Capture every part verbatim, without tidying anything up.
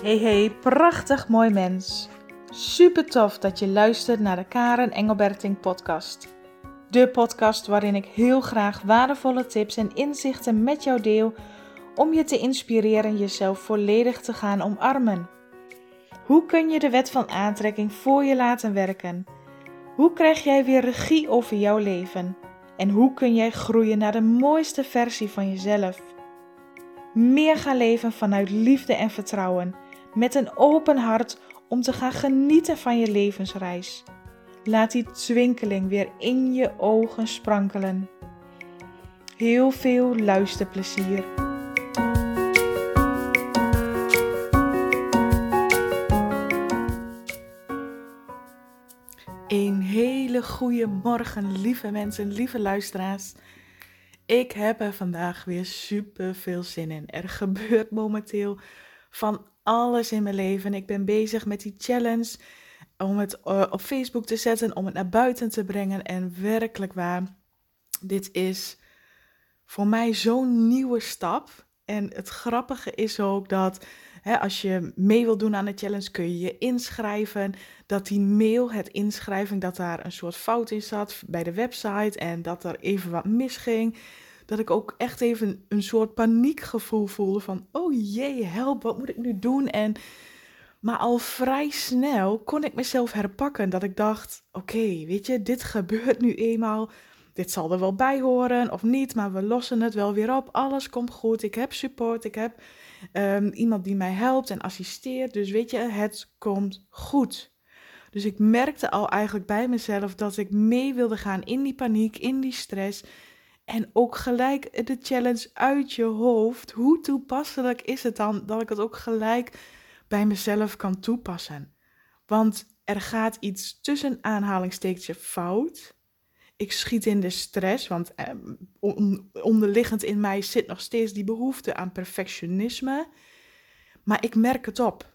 Hey hey, prachtig mooi mens. Super tof dat je luistert naar de Karen Engelberting podcast. De podcast waarin ik heel graag waardevolle tips en inzichten met jou deel om je te inspireren jezelf volledig te gaan omarmen. Hoe kun je de wet van aantrekking voor je laten werken? Hoe krijg jij weer regie over jouw leven? En hoe kun jij groeien naar de mooiste versie van jezelf? Meer gaan leven vanuit liefde en vertrouwen, met een open hart om te gaan genieten van je levensreis. Laat die twinkeling weer in je ogen sprankelen. Heel veel luisterplezier. Een hele goede morgen, lieve mensen, lieve luisteraars. Ik heb er vandaag weer super veel zin in. Er gebeurt momenteel van alles in mijn leven. Ik ben bezig met die challenge om het uh, op Facebook te zetten, om het naar buiten te brengen. En werkelijk waar, dit is voor mij zo'n nieuwe stap. En het grappige is ook dat hè, als je mee wilt doen aan de challenge, kun je je inschrijven. Dat die mail, het inschrijving, dat daar een soort fout in zat bij de website en dat er even wat misging. Dat ik ook echt even een soort paniekgevoel voelde van, oh jee, help, wat moet ik nu doen? En, maar al vrij snel kon ik mezelf herpakken, dat ik dacht, oké, okay, weet je, dit gebeurt nu eenmaal. Dit zal er wel bij horen of niet, maar we lossen het wel weer op. Alles komt goed, ik heb support, ik heb um, iemand die mij helpt en assisteert. Dus weet je, het komt goed. Dus ik merkte al eigenlijk bij mezelf dat ik mee wilde gaan in die paniek, in die stress. En ook gelijk de challenge uit je hoofd. Hoe toepasselijk is het dan dat ik het ook gelijk bij mezelf kan toepassen? Want er gaat iets tussen aanhalingstekens fout. Ik schiet in de stress, want eh, on, onderliggend in mij zit nog steeds die behoefte aan perfectionisme. Maar ik merk het op.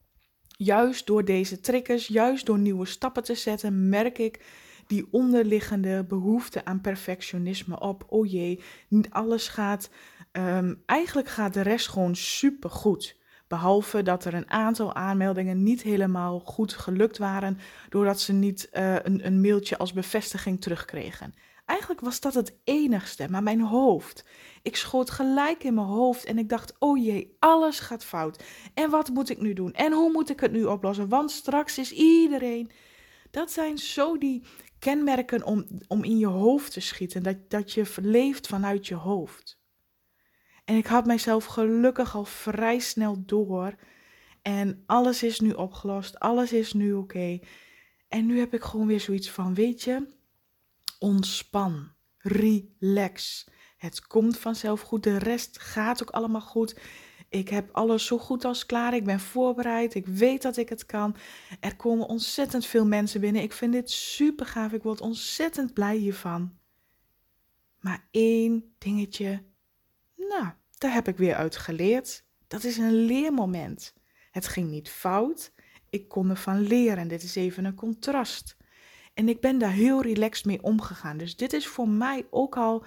Juist door deze triggers, juist door nieuwe stappen te zetten, merk ik die onderliggende behoefte aan perfectionisme op. Oh jee, niet alles gaat, um, eigenlijk gaat de rest gewoon supergoed. Behalve dat er een aantal aanmeldingen niet helemaal goed gelukt waren, doordat ze niet uh, een, een mailtje als bevestiging terugkregen. Eigenlijk was dat het enigste, maar mijn hoofd. Ik schoot gelijk in mijn hoofd en ik dacht, oh jee, alles gaat fout. En wat moet ik nu doen? En hoe moet ik het nu oplossen? Want straks is iedereen... Dat zijn zo die kenmerken om, om in je hoofd te schieten, dat, dat je leeft vanuit je hoofd. En ik had mijzelf gelukkig al vrij snel door en alles is nu opgelost, alles is nu oké. Okay. En nu heb ik gewoon weer zoiets van, weet je, ontspan, relax. Het komt vanzelf goed, de rest gaat ook allemaal goed. Ik heb alles zo goed als klaar, ik ben voorbereid, ik weet dat ik het kan. Er komen ontzettend veel mensen binnen, ik vind dit super gaaf, ik word ontzettend blij hiervan. Maar één dingetje, nou, daar heb ik weer uit geleerd. Dat is een leermoment. Het ging niet fout, ik kon ervan leren, dit is even een contrast. En ik ben daar heel relaxed mee omgegaan. Dus dit is voor mij ook al,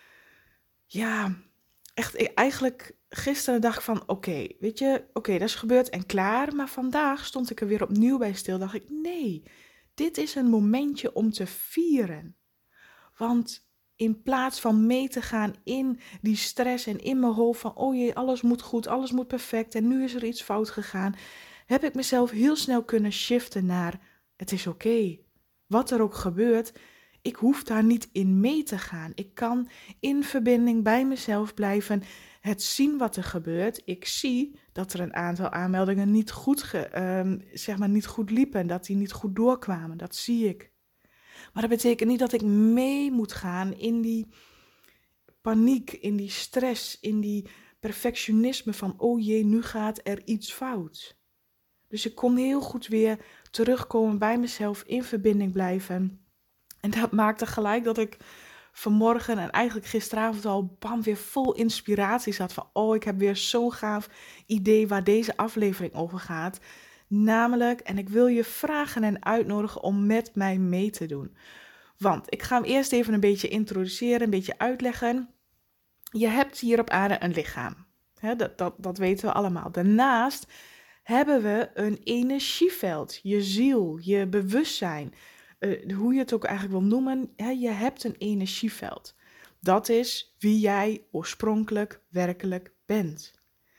ja, echt eigenlijk gisteren dacht ik van, oké, okay, weet je, oké, okay, dat is gebeurd en klaar. Maar vandaag stond ik er weer opnieuw bij stil. Dacht ik, nee, dit is een momentje om te vieren. Want in plaats van mee te gaan in die stress en in mijn hoofd van, oh jee, alles moet goed, alles moet perfect en nu is er iets fout gegaan, heb ik mezelf heel snel kunnen shiften naar, het is oké. Okay. Wat er ook gebeurt, ik hoef daar niet in mee te gaan. Ik kan in verbinding bij mezelf blijven, het zien wat er gebeurt. Ik zie dat er een aantal aanmeldingen niet goed, ge, um, zeg maar niet goed liepen, dat die niet goed doorkwamen. Dat zie ik. Maar dat betekent niet dat ik mee moet gaan in die paniek, in die stress, in die perfectionisme van, oh jee, nu gaat er iets fout. Dus ik kon heel goed weer terugkomen bij mezelf, in verbinding blijven. En dat maakte gelijk dat ik vanmorgen en eigenlijk gisteravond al bam weer vol inspiratie zat. Van oh, ik heb weer zo'n gaaf idee waar deze aflevering over gaat. Namelijk, en ik wil je vragen en uitnodigen om met mij mee te doen. Want ik ga hem eerst even een beetje introduceren, een beetje uitleggen. Je hebt hier op aarde een lichaam. He, dat, dat, dat weten we allemaal. Daarnaast hebben we een energieveld. Je ziel, je bewustzijn, uh, hoe je het ook eigenlijk wil noemen. Hè, je hebt een energieveld. Dat is wie jij oorspronkelijk werkelijk bent.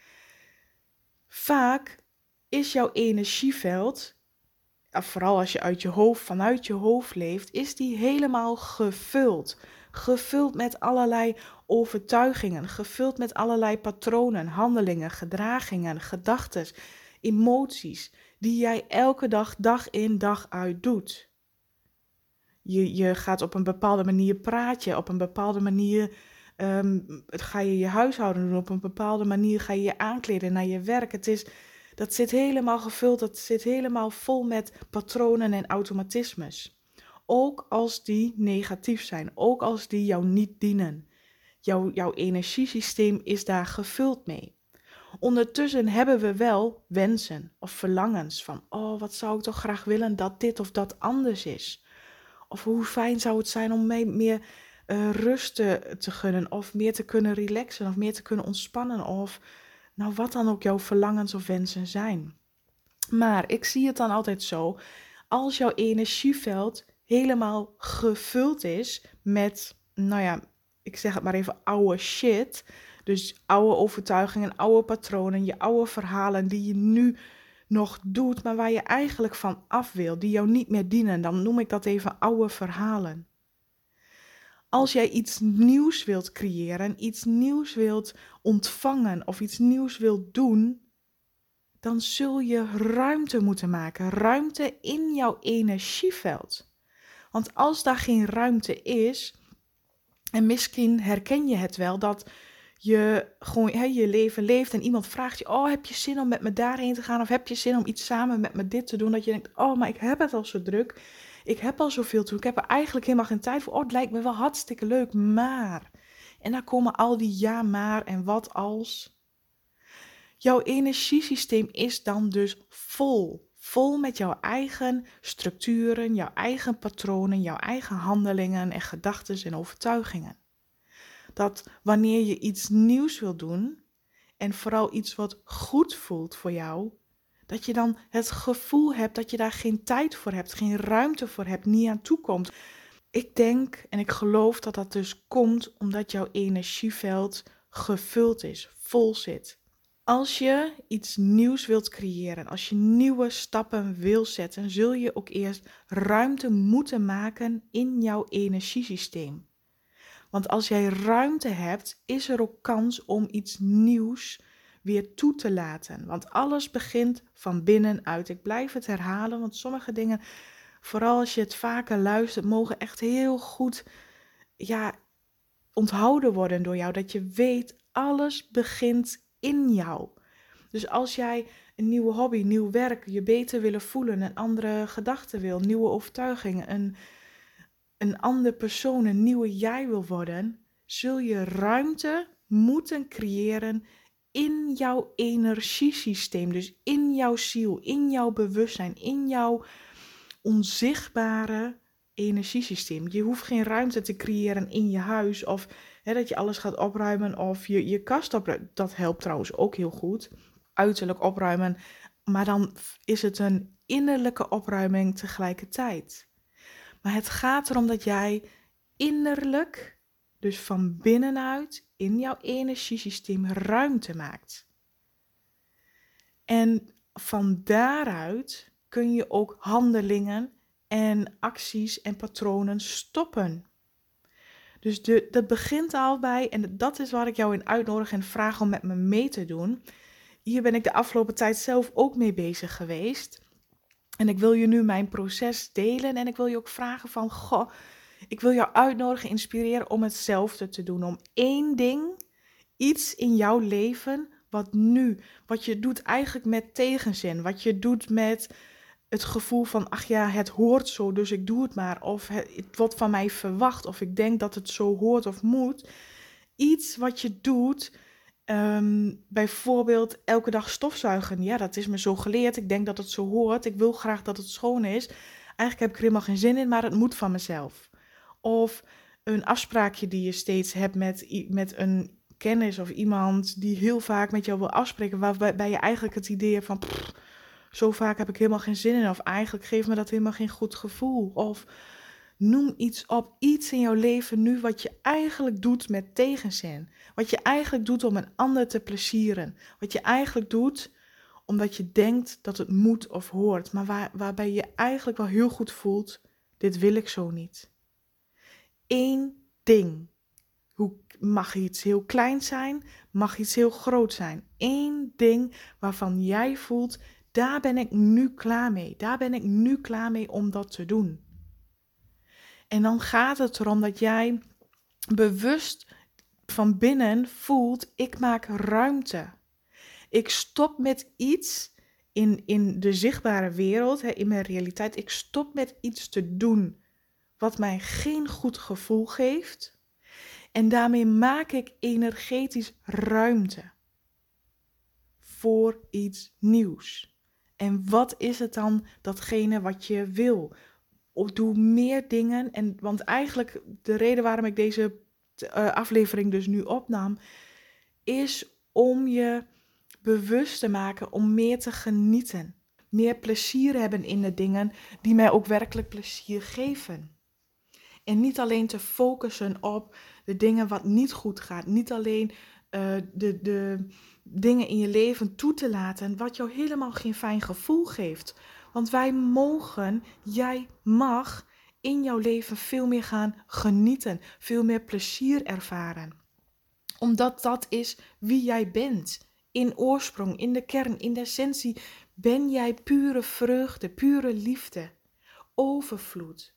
Vaak is jouw energieveld, vooral als je uit je hoofd, vanuit je hoofd leeft, is die helemaal gevuld. Gevuld met allerlei overtuigingen, gevuld met allerlei patronen, handelingen, gedragingen, gedachten, emoties, die jij elke dag, dag in, dag uit doet. Je, je gaat op een bepaalde manier praten, op een bepaalde manier um, ga je je huishouden doen, op een bepaalde manier ga je je aankleden naar je werk. Het is, dat zit helemaal gevuld, dat zit helemaal vol met patronen en automatismes. Ook als die negatief zijn, ook als die jou niet dienen. Jouw, jouw energiesysteem is daar gevuld mee. Ondertussen hebben we wel wensen of verlangens van, oh, wat zou ik toch graag willen dat dit of dat anders is. Of hoe fijn zou het zijn om mee meer uh, rust te, te gunnen, of meer te kunnen relaxen, of meer te kunnen ontspannen, of nou wat dan ook jouw verlangens of wensen zijn. Maar ik zie het dan altijd zo, als jouw energieveld helemaal gevuld is met, nou ja, ik zeg het maar even, oude shit. Dus oude overtuigingen, oude patronen, je oude verhalen die je nu nog doet, maar waar je eigenlijk van af wil, die jou niet meer dienen. Dan noem ik dat even oude verhalen. Als jij iets nieuws wilt creëren, iets nieuws wilt ontvangen of iets nieuws wilt doen, dan zul je ruimte moeten maken. Ruimte in jouw energieveld. Want als daar geen ruimte is, en misschien herken je het wel, dat je gewoon hè, je leven leeft en iemand vraagt je, oh, heb je zin om met me daarheen te gaan? Of heb je zin om iets samen met me dit te doen? Dat je denkt, oh, maar ik heb het al zo druk. Ik heb al zoveel te doen. Ik heb er eigenlijk helemaal geen tijd voor. Oh, het lijkt me wel hartstikke leuk, maar. En dan komen al die ja, maar en wat als. Jouw energiesysteem is dan dus vol. Vol met jouw eigen structuren, jouw eigen patronen, jouw eigen handelingen en gedachten en overtuigingen. Dat wanneer je iets nieuws wil doen en vooral iets wat goed voelt voor jou, dat je dan het gevoel hebt dat je daar geen tijd voor hebt, geen ruimte voor hebt, niet aan toe komt. Ik denk en ik geloof dat dat dus komt omdat jouw energieveld gevuld is, vol zit. Als je iets nieuws wilt creëren, als je nieuwe stappen wil zetten, zul je ook eerst ruimte moeten maken in jouw energiesysteem. Want als jij ruimte hebt, is er ook kans om iets nieuws weer toe te laten. Want alles begint van binnenuit. Ik blijf het herhalen, want sommige dingen, vooral als je het vaker luistert, mogen echt heel goed ja, onthouden worden door jou. Dat je weet, alles begint in jou. Dus als jij een nieuwe hobby, nieuw werk, je beter willen voelen, een andere gedachte wil, nieuwe overtuigingen, een, een andere persoon, een nieuwe jij wil worden, zul je ruimte moeten creëren in jouw energiesysteem. Dus in jouw ziel, in jouw bewustzijn, in jouw onzichtbare energiesysteem. Je hoeft geen ruimte te creëren in je huis of hè, dat je alles gaat opruimen of je, je kast opruimen. Dat helpt trouwens ook heel goed. Uiterlijk opruimen, maar dan is het een innerlijke opruiming tegelijkertijd. Maar het gaat erom dat jij innerlijk, dus van binnenuit, in jouw energiesysteem ruimte maakt. En van daaruit kun je ook handelingen en acties en patronen stoppen. Dus de, dat begint al bij, en dat is waar ik jou in uitnodig en vraag om met me mee te doen. Hier ben ik de afgelopen tijd zelf ook mee bezig geweest. En ik wil je nu mijn proces delen en ik wil je ook vragen van, goh, ik wil jou uitnodigen, inspireren om hetzelfde te doen. Om één ding, iets in jouw leven, wat nu, wat je doet eigenlijk met tegenzin. Wat je doet met het gevoel van, ach ja, het hoort zo, dus ik doe het maar. Of het, het wordt van mij verwacht, of ik denk dat het zo hoort of moet. Iets wat je doet, um, bijvoorbeeld elke dag stofzuigen. Ja, dat is me zo geleerd, ik denk dat het zo hoort. Ik wil graag dat het schoon is. Eigenlijk heb ik er helemaal geen zin in, maar het moet van mezelf. Of een afspraakje die je steeds hebt met, met een kennis of iemand die heel vaak met jou wil afspreken, waarbij je eigenlijk het idee hebt van, pff, zo vaak heb ik helemaal geen zin in, of eigenlijk geeft me dat helemaal geen goed gevoel. Of noem iets op, iets in jouw leven nu wat je eigenlijk doet met tegenzin. Wat je eigenlijk doet om een ander te plezieren. Wat je eigenlijk doet omdat je denkt dat het moet of hoort, maar waar, waarbij je eigenlijk wel heel goed voelt, dit wil ik zo niet. Eén ding. Hoe mag iets heel klein zijn, mag iets heel groot zijn. Eén ding waarvan jij voelt, daar ben ik nu klaar mee. Daar ben ik nu klaar mee om dat te doen. En dan gaat het erom dat jij bewust van binnen voelt, ik maak ruimte. Ik stop met iets in, in de zichtbare wereld, hè, in mijn realiteit. Ik stop met iets te doen wat mij geen goed gevoel geeft. En daarmee maak ik energetisch ruimte voor iets nieuws. En wat is het dan datgene wat je wil? Of doe meer dingen. En, want eigenlijk de reden waarom ik deze uh, aflevering dus nu opnam, is om je bewust te maken om meer te genieten. Meer plezier hebben in de dingen die mij ook werkelijk plezier geven. En niet alleen te focussen op de dingen wat niet goed gaat. Niet alleen uh, de, de dingen in je leven toe te laten wat jou helemaal geen fijn gevoel geeft. Want wij mogen, jij mag in jouw leven veel meer gaan genieten. Veel meer plezier ervaren. Omdat dat is wie jij bent. In oorsprong, in de kern, in de essentie ben jij pure vreugde, pure liefde, overvloed.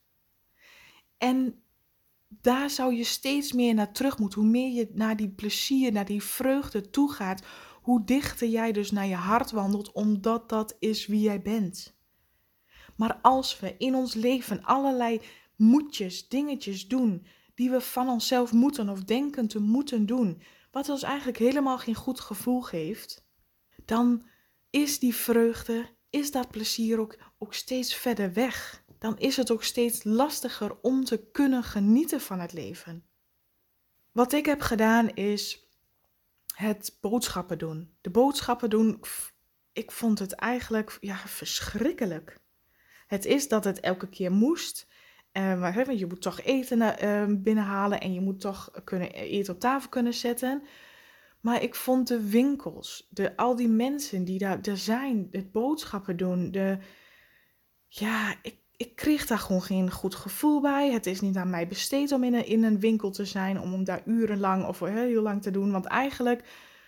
En daar zou je steeds meer naar terug moeten. Hoe meer je naar die plezier, naar die vreugde toe gaat, hoe dichter jij dus naar je hart wandelt, omdat dat is wie jij bent. Maar als we in ons leven allerlei moetjes, dingetjes doen, die we van onszelf moeten of denken te moeten doen, wat ons eigenlijk helemaal geen goed gevoel geeft, dan is die vreugde, is dat plezier ook, ook steeds verder weg. Dan is het ook steeds lastiger om te kunnen genieten van het leven. Wat ik heb gedaan is het boodschappen doen. De boodschappen doen, ik vond het eigenlijk ja, verschrikkelijk. Het is dat het elke keer moest. Uh, maar, hè, je moet toch eten uh, binnenhalen en je moet toch kunnen, eten op tafel kunnen zetten. Maar ik vond de winkels, de, al die mensen die daar, daar zijn, het boodschappen doen, de, ja, ik, ik kreeg daar gewoon geen goed gevoel bij. Het is niet aan mij besteed om in een, in een winkel te zijn, om, om daar urenlang of heel lang te doen. Want eigenlijk,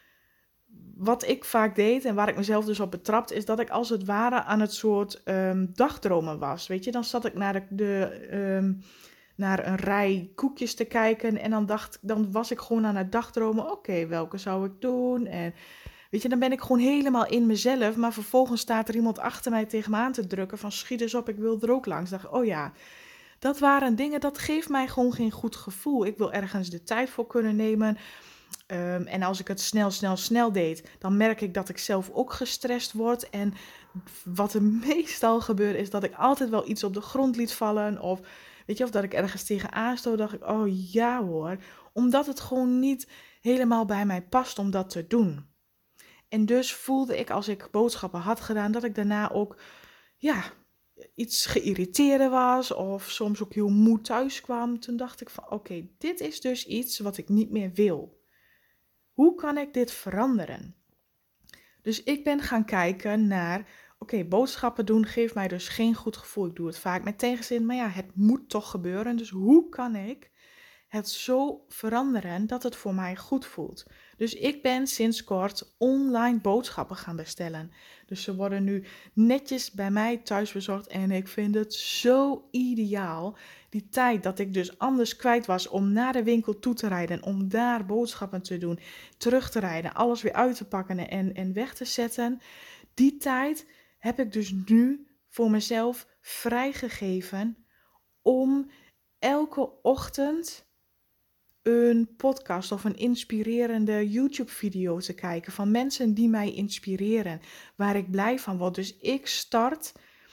wat ik vaak deed en waar ik mezelf dus op betrapt, is dat ik als het ware aan het soort um, dagdromen was. Weet je, dan zat ik naar, de, de, um, naar een rij koekjes te kijken en dan, dacht, dan was ik gewoon aan het dagdromen. Oké, okay, welke zou ik doen? En weet je, dan ben ik gewoon helemaal in mezelf, maar vervolgens staat er iemand achter mij tegen me aan te drukken van schiet eens op, ik wil er ook langs. Dan dacht ik, oh ja, dat waren dingen, dat geeft mij gewoon geen goed gevoel. Ik wil ergens de tijd voor kunnen nemen. Um, en als ik het snel, snel, snel deed, dan merk ik dat ik zelf ook gestrest word. En wat er meestal gebeurt, is dat ik altijd wel iets op de grond liet vallen. Of, weet je, of dat ik ergens tegenaan stoot, dacht ik, oh ja hoor. Omdat het gewoon niet helemaal bij mij past om dat te doen. En dus voelde ik, als ik boodschappen had gedaan, dat ik daarna ook, ja, iets geïrriteerd was. Of soms ook heel moe thuis kwam. Toen dacht ik van, oké, okay, dit is dus iets wat ik niet meer wil. Hoe kan ik dit veranderen? Dus ik ben gaan kijken naar, oké, okay, boodschappen doen geeft mij dus geen goed gevoel. Ik doe het vaak met tegenzin, maar ja, het moet toch gebeuren. Dus hoe kan ik het zo veranderen dat het voor mij goed voelt? Dus ik ben sinds kort online boodschappen gaan bestellen. Dus ze worden nu netjes bij mij thuis bezorgd en ik vind het zo ideaal. Die tijd dat ik dus anders kwijt was om naar de winkel toe te rijden, om daar boodschappen te doen, terug te rijden, alles weer uit te pakken en, en weg te zetten. Die tijd heb ik dus nu voor mezelf vrijgegeven om elke ochtend een podcast of een inspirerende YouTube-video te kijken van mensen die mij inspireren, waar ik blij van word. Dus ik start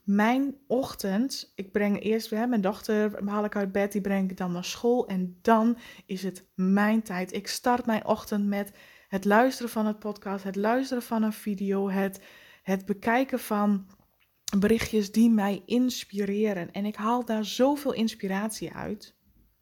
mijn ochtend, ik breng eerst hè, mijn dochter, haal ik uit bed, die breng ik dan naar school. En dan is het mijn tijd. Ik start mijn ochtend met het luisteren van het podcast, het luisteren van een video, het, het bekijken van berichtjes die mij inspireren. En ik haal daar zoveel inspiratie uit.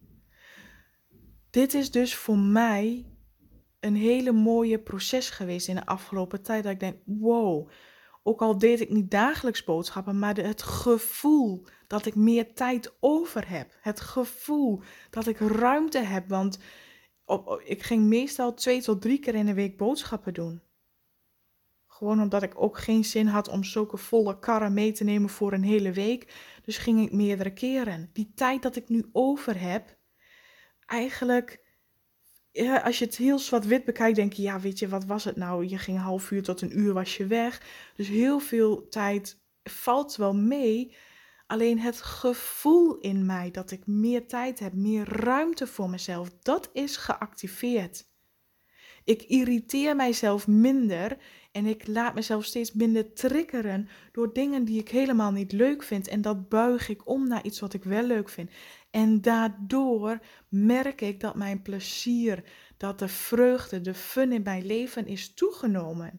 Dit is dus voor mij een hele mooie proces geweest in de afgelopen tijd. Dat ik denk, wow, ook al deed ik niet dagelijks boodschappen, maar de, het gevoel dat ik meer tijd over heb. Het gevoel dat ik ruimte heb, want op, ik ging meestal twee tot drie keer in de week boodschappen doen. Gewoon omdat ik ook geen zin had om zulke volle karren mee te nemen voor een hele week. Dus ging ik meerdere keren. Die tijd dat ik nu over heb, eigenlijk, ja, als je het heel zwart-wit bekijkt, denk je, ja, weet je, wat was het nou? Je ging een half uur tot een uur was je weg. Dus heel veel tijd valt wel mee. Alleen het gevoel in mij dat ik meer tijd heb, meer ruimte voor mezelf, dat is geactiveerd. Ik irriteer mijzelf minder en ik laat mezelf steeds minder triggeren door dingen die ik helemaal niet leuk vind. En dat buig ik om naar iets wat ik wel leuk vind. En daardoor merk ik dat mijn plezier, dat de vreugde, de fun in mijn leven is toegenomen.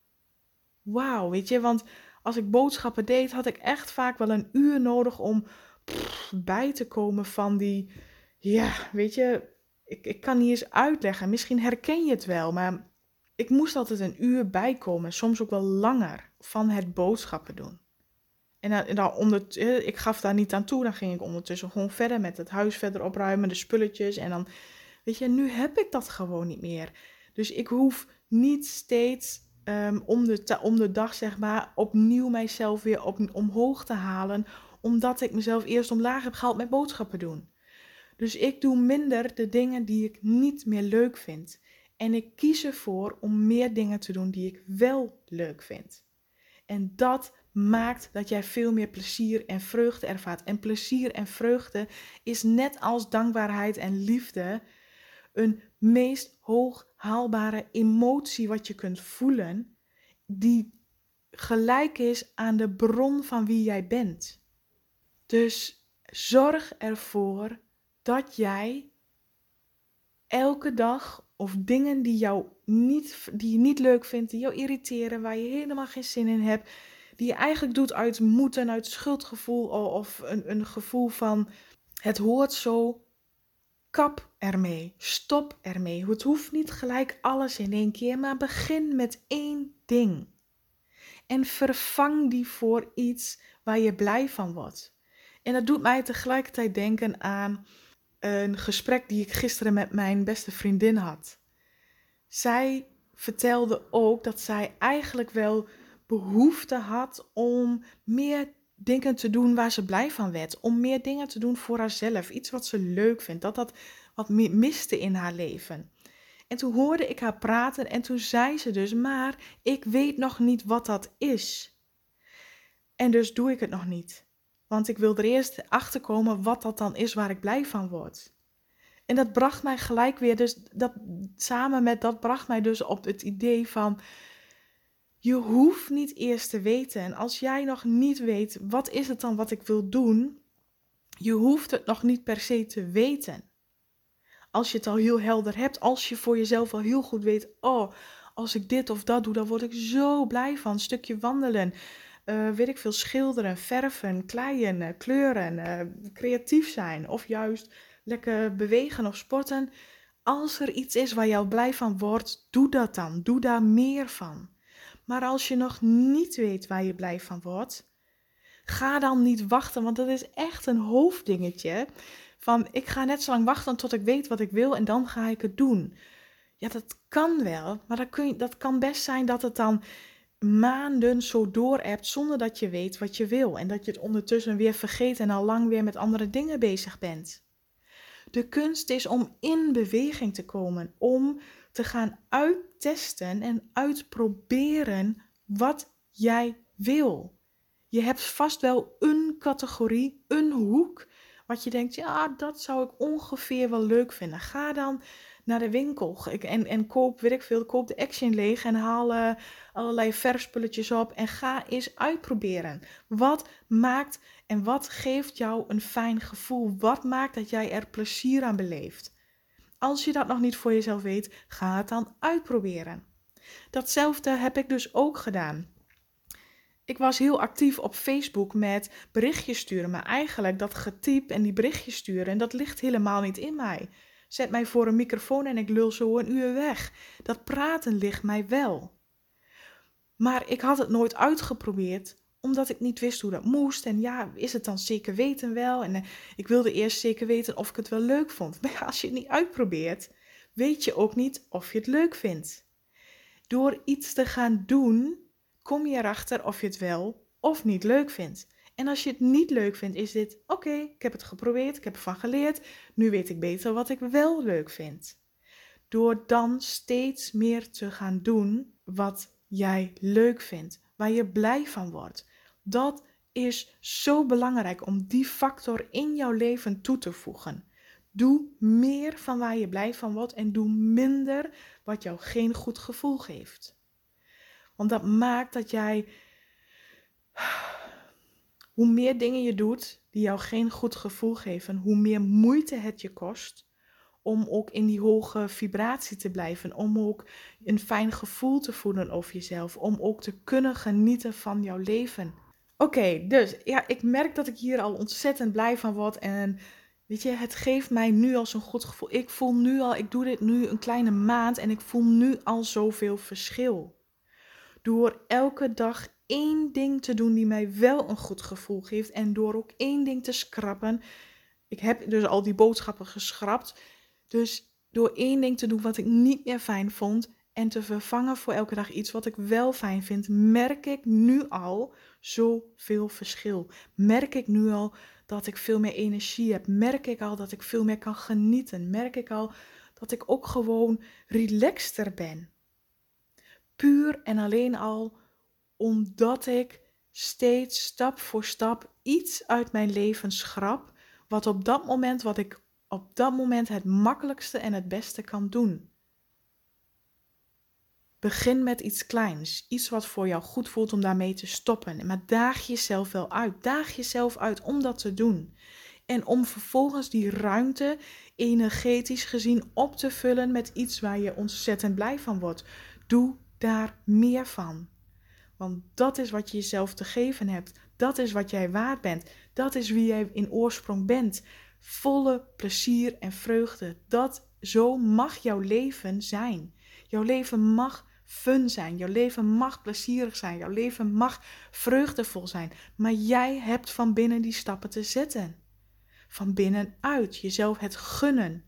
Wauw, weet je, want als ik boodschappen deed, had ik echt vaak wel een uur nodig om pff, bij te komen van die, ja, weet je, ik, ik kan niet eens uitleggen. Misschien herken je het wel, maar ik moest altijd een uur bijkomen, soms ook wel langer, van het boodschappen doen. En dan, en dan onder, ik gaf daar niet aan toe, dan ging ik ondertussen gewoon verder met het huis verder opruimen, de spulletjes. En dan, weet je, nu heb ik dat gewoon niet meer. Dus ik hoef niet steeds um, om, de ta- om de dag, zeg maar, opnieuw mijzelf weer op, omhoog te halen, omdat ik mezelf eerst omlaag heb gehaald met boodschappen doen. Dus ik doe minder de dingen die ik niet meer leuk vind. En ik kies ervoor om meer dingen te doen die ik wel leuk vind. En dat maakt dat jij veel meer plezier en vreugde ervaart. En plezier en vreugde is net als dankbaarheid en liefde een meest hoog haalbare emotie wat je kunt voelen, die gelijk is aan de bron van wie jij bent. Dus zorg ervoor dat jij elke dag of dingen die, jou niet, die je niet leuk vindt, die jou irriteren, waar je helemaal geen zin in hebt, die je eigenlijk doet uit moeten, uit schuldgevoel of een, een gevoel van het hoort zo, kap ermee, stop ermee. Het hoeft niet gelijk alles in één keer, maar begin met één ding. En vervang die voor iets waar je blij van wordt. En dat doet mij tegelijkertijd denken aan een gesprek die ik gisteren met mijn beste vriendin had. Zij vertelde ook dat zij eigenlijk wel behoefte had om meer dingen te doen waar ze blij van werd. Om meer dingen te doen voor haarzelf. Iets wat ze leuk vindt. Dat dat wat miste in haar leven. En toen hoorde ik haar praten en toen zei ze dus, maar ik weet nog niet wat dat is. En dus doe ik het nog niet. Want ik wil er eerst achter komen wat dat dan is waar ik blij van word. En dat bracht mij gelijk weer, dus dat, samen met dat bracht mij dus op het idee van, je hoeft niet eerst te weten. En als jij nog niet weet, wat is het dan wat ik wil doen? Je hoeft het nog niet per se te weten. Als je het al heel helder hebt, als je voor jezelf al heel goed weet, oh, als ik dit of dat doe, dan word ik zo blij van. Een stukje wandelen, uh, weet ik veel, schilderen, verven, kleien, uh, kleuren, uh, creatief zijn of juist lekker bewegen of sporten. Als er iets is waar jou blij van wordt, doe dat dan. Doe daar meer van. Maar als je nog niet weet waar je blij van wordt, ga dan niet wachten, want dat is echt een hoofddingetje. Van, ik ga net zo lang wachten tot ik weet wat ik wil en dan ga ik het doen. Ja, dat kan wel, maar dat, kun je, dat kan best zijn dat het dan maanden zo door hebt zonder dat je weet wat je wil. En dat je het ondertussen weer vergeet en al lang weer met andere dingen bezig bent. De kunst is om in beweging te komen, om te gaan uittesten en uitproberen wat jij wil. Je hebt vast wel een categorie, een hoek, wat je denkt, ja, dat zou ik ongeveer wel leuk vinden. Ga dan naar de winkel Ik- en, en koop, weet ik veel, koop de Action leeg en haal eh, allerlei verfspulletjes op en ga eens uitproberen. Wat maakt en wat geeft jou een fijn gevoel? Wat maakt dat jij er plezier aan beleeft? Als je dat nog niet voor jezelf weet, ga het dan uitproberen. Datzelfde heb ik dus ook gedaan. Ik was heel actief op Facebook met berichtjes sturen, maar eigenlijk dat getyp en die berichtjes sturen, dat ligt helemaal niet in mij. Zet mij voor een microfoon en ik lul zo een uur weg. Dat praten ligt mij wel. Maar ik had het nooit uitgeprobeerd, omdat ik niet wist hoe dat moest. En ja, is het dan zeker weten wel? En uh, ik wilde eerst zeker weten of ik het wel leuk vond. Maar ja, als je het niet uitprobeert, weet je ook niet of je het leuk vindt. Door iets te gaan doen, kom je erachter of je het wel of niet leuk vindt. En als je het niet leuk vindt, is dit, oké, okay, ik heb het geprobeerd, ik heb ervan geleerd, nu weet ik beter wat ik wel leuk vind. Door dan steeds meer te gaan doen wat jij leuk vindt, waar je blij van wordt. Dat is zo belangrijk om die factor in jouw leven toe te voegen. Doe meer van waar je blij van wordt en doe minder wat jou geen goed gevoel geeft. Want dat maakt dat jij, hoe meer dingen je doet die jou geen goed gevoel geven, hoe meer moeite het je kost om ook in die hoge vibratie te blijven, om ook een fijn gevoel te voelen over jezelf, om ook te kunnen genieten van jouw leven. Oké, okay, dus ja, ik merk dat ik hier al ontzettend blij van word en weet je, het geeft mij nu al zo'n goed gevoel. Ik voel nu al, ik doe dit nu een kleine maand en ik voel nu al zoveel verschil. Door elke dag één ding te doen die mij wel een goed gevoel geeft en door ook één ding te schrappen. Ik heb dus al die boodschappen geschrapt. Dus door één ding te doen wat ik niet meer fijn vond en te vervangen voor elke dag iets wat ik wel fijn vind, merk ik nu al zoveel verschil. Merk ik nu al dat ik veel meer energie heb. Merk ik al dat ik veel meer kan genieten. Merk ik al dat ik ook gewoon relaxter ben. Puur en alleen al omdat ik steeds stap voor stap iets uit mijn leven schrap, wat op dat moment, wat ik op dat moment het makkelijkste en het beste kan doen. Begin met iets kleins, iets wat voor jou goed voelt om daarmee te stoppen. Maar daag jezelf wel uit, daag jezelf uit om dat te doen. En om vervolgens die ruimte energetisch gezien op te vullen met iets waar je ontzettend blij van wordt. Doe daar meer van. Want dat is wat je jezelf te geven hebt. Dat is wat jij waard bent. Dat is wie jij in oorsprong bent. Volle plezier en vreugde. Dat, zo mag jouw leven zijn. Jouw leven mag fun zijn. Jouw leven mag plezierig zijn. Jouw leven mag vreugdevol zijn. Maar jij hebt van binnen die stappen te zetten. Van binnenuit. Jezelf het gunnen.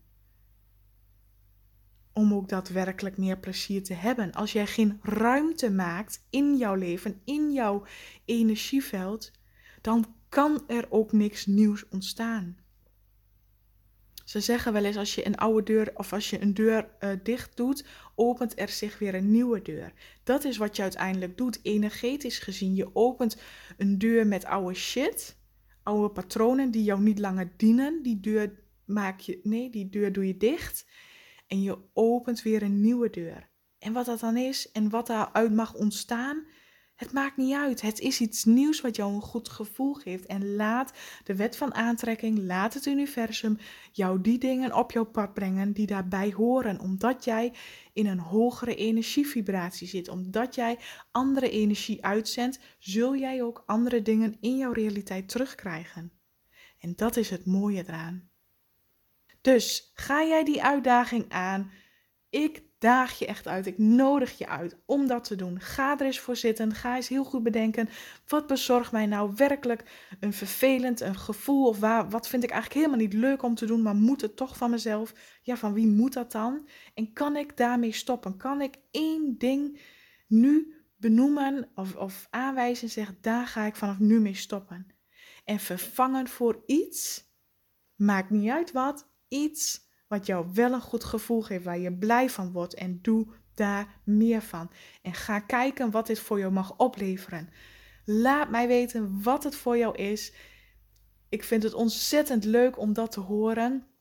Om ook daadwerkelijk meer plezier te hebben. Als jij geen ruimte maakt in jouw leven, in jouw energieveld, dan kan er ook niks nieuws ontstaan. Ze zeggen wel eens, als je een oude deur of als je een deur uh, dicht doet, opent er zich weer een nieuwe deur. Dat is wat je uiteindelijk doet, energetisch gezien. Je opent een deur met oude shit, oude patronen die jou niet langer dienen. Die deur maak je, nee, die deur doe je dicht. En je opent weer een nieuwe deur. En wat dat dan is en wat daaruit mag ontstaan, het maakt niet uit. Het is iets nieuws wat jou een goed gevoel geeft. En laat de wet van aantrekking, laat het universum jou die dingen op jouw pad brengen die daarbij horen. Omdat jij in een hogere energievibratie zit. Omdat jij andere energie uitzendt, zul jij ook andere dingen in jouw realiteit terugkrijgen. En dat is het mooie eraan. Dus ga jij die uitdaging aan? Ik daag je echt uit. Ik nodig je uit om dat te doen. Ga er eens voor zitten. Ga eens heel goed bedenken. Wat bezorgt mij nou werkelijk een vervelend een gevoel? Of waar, wat vind ik eigenlijk helemaal niet leuk om te doen, maar moet het toch van mezelf? Ja, van wie moet dat dan? En kan ik daarmee stoppen? Kan ik één ding nu benoemen of, of aanwijzen en zeggen, daar ga ik vanaf nu mee stoppen? En vervangen voor iets, maakt niet uit wat, iets wat jou wel een goed gevoel geeft, waar je blij van wordt, en doe daar meer van. En ga kijken wat dit voor jou mag opleveren. Laat mij weten wat het voor jou is. Ik vind het ontzettend leuk om dat te horen.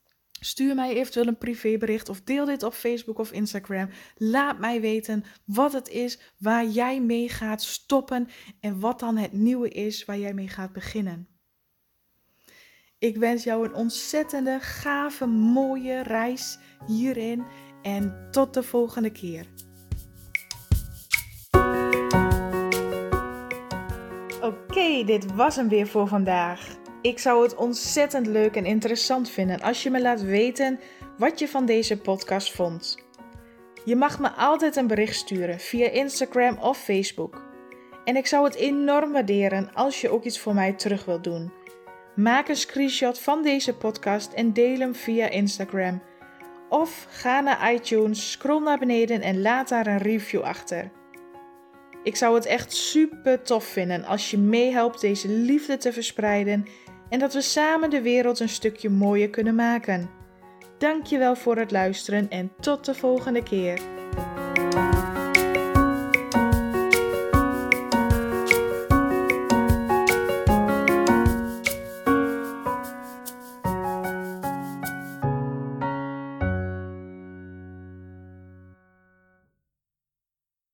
Stuur mij eventueel een privébericht of deel dit op Facebook of Instagram. Laat mij weten wat het is waar jij mee gaat stoppen en wat dan het nieuwe is waar jij mee gaat beginnen. Ik wens jou een ontzettende, gave, mooie reis hierin en tot de volgende keer. Oké, okay, dit was hem weer voor vandaag. Ik zou het ontzettend leuk en interessant vinden als je me laat weten wat je van deze podcast vond. Je mag me altijd een bericht sturen via Instagram of Facebook. En ik zou het enorm waarderen als je ook iets voor mij terug wilt doen. Maak een screenshot van deze podcast en deel hem via Instagram. Of ga naar iTunes, scroll naar beneden en laat daar een review achter. Ik zou het echt super tof vinden als je meehelpt deze liefde te verspreiden en dat we samen de wereld een stukje mooier kunnen maken. Dankjewel voor het luisteren en tot de volgende keer.